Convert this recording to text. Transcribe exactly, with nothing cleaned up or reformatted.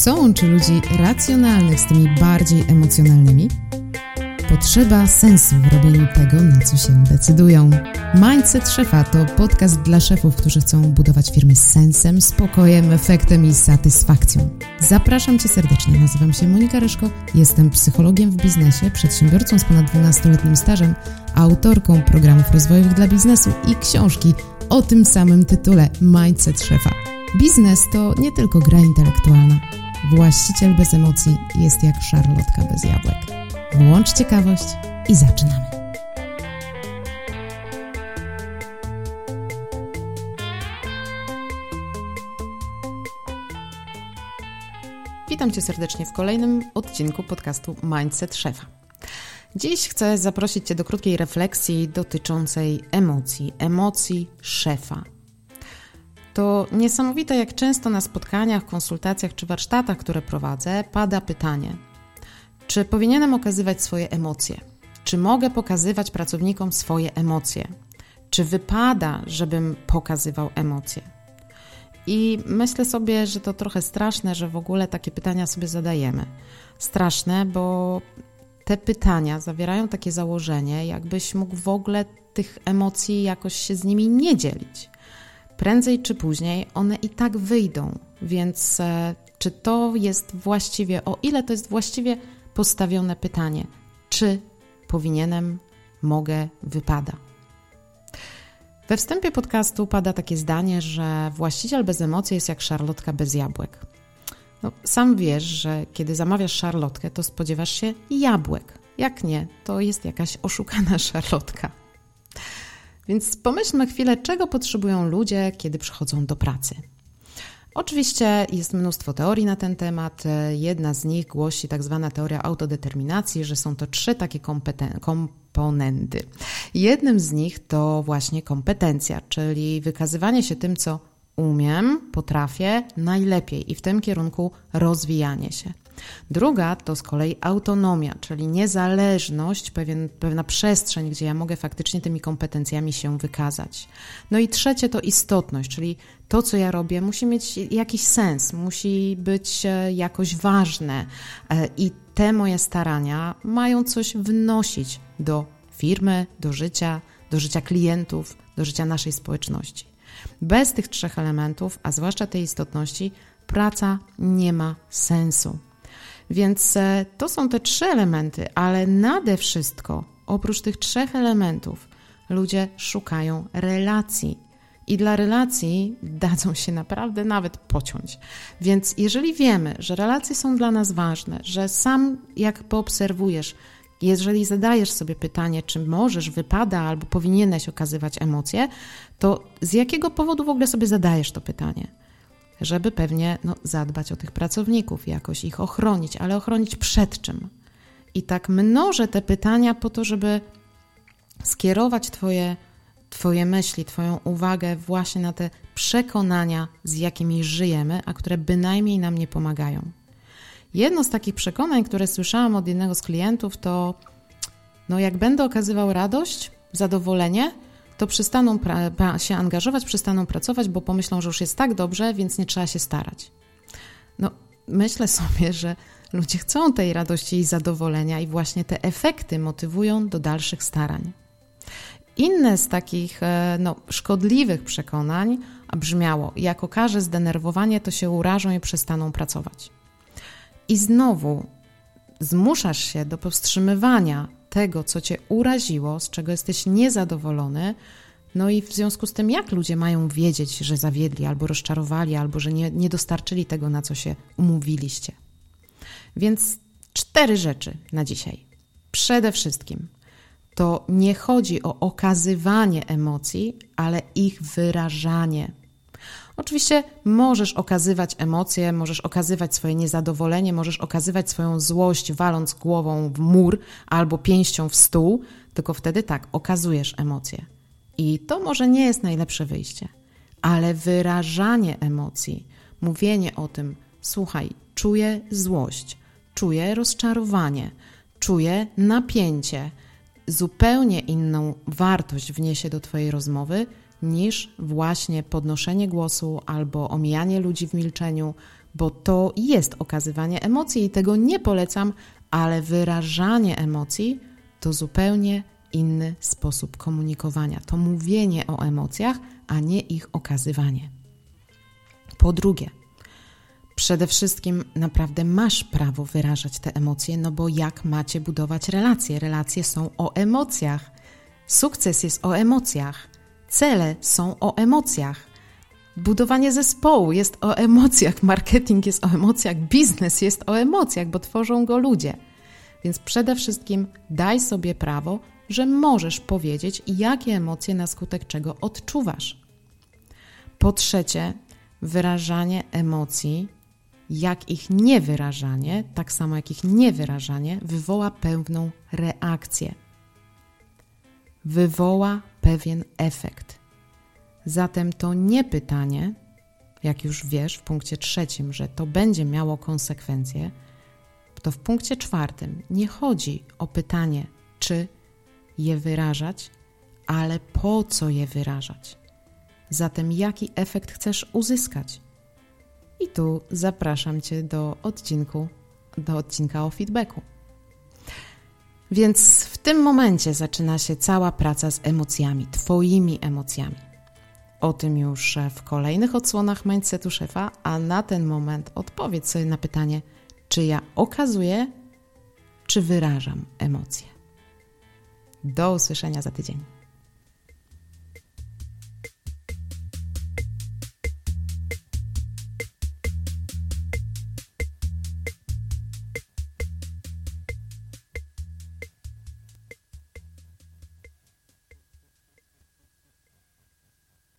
Co łączy ludzi racjonalnych z tymi bardziej emocjonalnymi? Potrzeba sensu w robieniu tego, na co się decydują. Mindset Szefa to podcast dla szefów, którzy chcą budować firmy z sensem, spokojem, efektem i satysfakcją. Zapraszam Cię serdecznie, nazywam się Monika Ryszko, jestem psychologiem w biznesie, przedsiębiorcą z ponad dwunastoletnim stażem, autorką programów rozwojowych dla biznesu i książki o tym samym tytule Mindset Szefa. Biznes to nie tylko gra intelektualna. Właściciel bez emocji jest jak szarlotka bez jabłek. Włącz ciekawość i zaczynamy. Witam Cię serdecznie w kolejnym odcinku podcastu Mindset Szefa. Dziś chcę zaprosić Cię do krótkiej refleksji dotyczącej emocji, emocji szefa. To niesamowite, jak często na spotkaniach, konsultacjach czy warsztatach, które prowadzę, pada pytanie: czy powinienem okazywać swoje emocje? Czy mogę pokazywać pracownikom swoje emocje? Czy wypada, żebym pokazywał emocje? I myślę sobie, że to trochę straszne, że w ogóle takie pytania sobie zadajemy. Straszne, bo te pytania zawierają takie założenie, jakbyś mógł w ogóle tych emocji jakoś się z nimi nie dzielić. Prędzej czy później one i tak wyjdą, więc e, czy to jest właściwie, o ile to jest właściwie postawione pytanie, czy powinienem, mogę, wypada. We wstępie podcastu pada takie zdanie, że właściciel bez emocji jest jak szarlotka bez jabłek. No, sam wiesz, że kiedy zamawiasz szarlotkę, to spodziewasz się jabłek. Jak nie, to jest jakaś oszukana szarlotka. Więc pomyślmy chwilę, czego potrzebują ludzie, kiedy przychodzą do pracy. Oczywiście jest mnóstwo teorii na ten temat. Jedna z nich głosi tak zwana teoria autodeterminacji, że są to trzy takie kompeten- komponenty. Jednym z nich to właśnie kompetencja, czyli wykazywanie się tym, co umiem, potrafię najlepiej i w tym kierunku rozwijanie się. Druga to z kolei autonomia, czyli niezależność, pewien, pewna przestrzeń, gdzie ja mogę faktycznie tymi kompetencjami się wykazać. No i trzecie to istotność, czyli to, co ja robię, musi mieć jakiś sens, musi być jakoś ważne i te moje starania mają coś wnosić do firmy, do życia, do życia klientów, do życia naszej społeczności. Bez tych trzech elementów, a zwłaszcza tej istotności, praca nie ma sensu. Więc to są te trzy elementy, ale nade wszystko, oprócz tych trzech elementów, ludzie szukają relacji. I dla relacji dadzą się naprawdę nawet pociąć. Więc jeżeli wiemy, że relacje są dla nas ważne, że sam jak poobserwujesz, jeżeli zadajesz sobie pytanie, czy możesz, wypada albo powinieneś okazywać emocje, to z jakiego powodu w ogóle sobie zadajesz to pytanie? Żeby pewnie no, zadbać o tych pracowników, jakoś ich ochronić, ale ochronić przed czym? I tak mnożę te pytania po to, żeby skierować twoje, twoje myśli, Twoją uwagę właśnie na te przekonania, z jakimi żyjemy, a które bynajmniej nam nie pomagają. Jedno z takich przekonań, które słyszałam od jednego z klientów, to no jak będę okazywał radość, zadowolenie, to przestaną pra- się angażować, przestaną pracować, bo pomyślą, że już jest tak dobrze, więc nie trzeba się starać. No, myślę sobie, że ludzie chcą tej radości i zadowolenia i właśnie te efekty motywują do dalszych starań. Inne z takich no, szkodliwych przekonań brzmiało: jak okażę zdenerwowanie, to się urażą i przestaną pracować. I znowu zmuszasz się do powstrzymywania tego, co cię uraziło, z czego jesteś niezadowolony, no i w związku z tym, jak ludzie mają wiedzieć, że zawiedli, albo rozczarowali, albo że nie, nie dostarczyli tego, na co się umówiliście. Więc cztery rzeczy na dzisiaj. Przede wszystkim to nie chodzi o okazywanie emocji, ale ich wyrażanie. Oczywiście możesz okazywać emocje, możesz okazywać swoje niezadowolenie, możesz okazywać swoją złość, waląc głową w mur albo pięścią w stół, tylko wtedy tak, okazujesz emocje. I to może nie jest najlepsze wyjście, ale wyrażanie emocji, mówienie o tym: słuchaj, czuję złość, czuję rozczarowanie, czuję napięcie, zupełnie inną wartość wniesie do Twojej rozmowy niż właśnie podnoszenie głosu albo omijanie ludzi w milczeniu, bo to jest okazywanie emocji i tego nie polecam, ale wyrażanie emocji to zupełnie inny sposób komunikowania. To mówienie o emocjach, a nie ich okazywanie. Po drugie, przede wszystkim naprawdę masz prawo wyrażać te emocje, no bo jak macie budować relacje? Relacje są o emocjach. Sukces jest o emocjach. Cele są o emocjach. Budowanie zespołu jest o emocjach. Marketing jest o emocjach. Biznes jest o emocjach, bo tworzą go ludzie. Więc przede wszystkim daj sobie prawo, że możesz powiedzieć, jakie emocje na skutek czego odczuwasz. Po trzecie, wyrażanie emocji, jak ich niewyrażanie, tak samo jak ich niewyrażanie, wywoła pewną reakcję. Wywoła pewien efekt. Zatem to nie pytanie, jak już wiesz w punkcie trzecim, że to będzie miało konsekwencje, to w punkcie czwartym nie chodzi o pytanie, czy je wyrażać, ale po co je wyrażać. Zatem jaki efekt chcesz uzyskać? I tu zapraszam Cię do odcinku, do odcinka o feedbacku. Więc w tym momencie zaczyna się cała praca z emocjami, Twoimi emocjami. O tym już w kolejnych odsłonach Mindsetu Szefa, a na ten moment odpowiedz sobie na pytanie, czy ja okazuję, czy wyrażam emocje. Do usłyszenia za tydzień.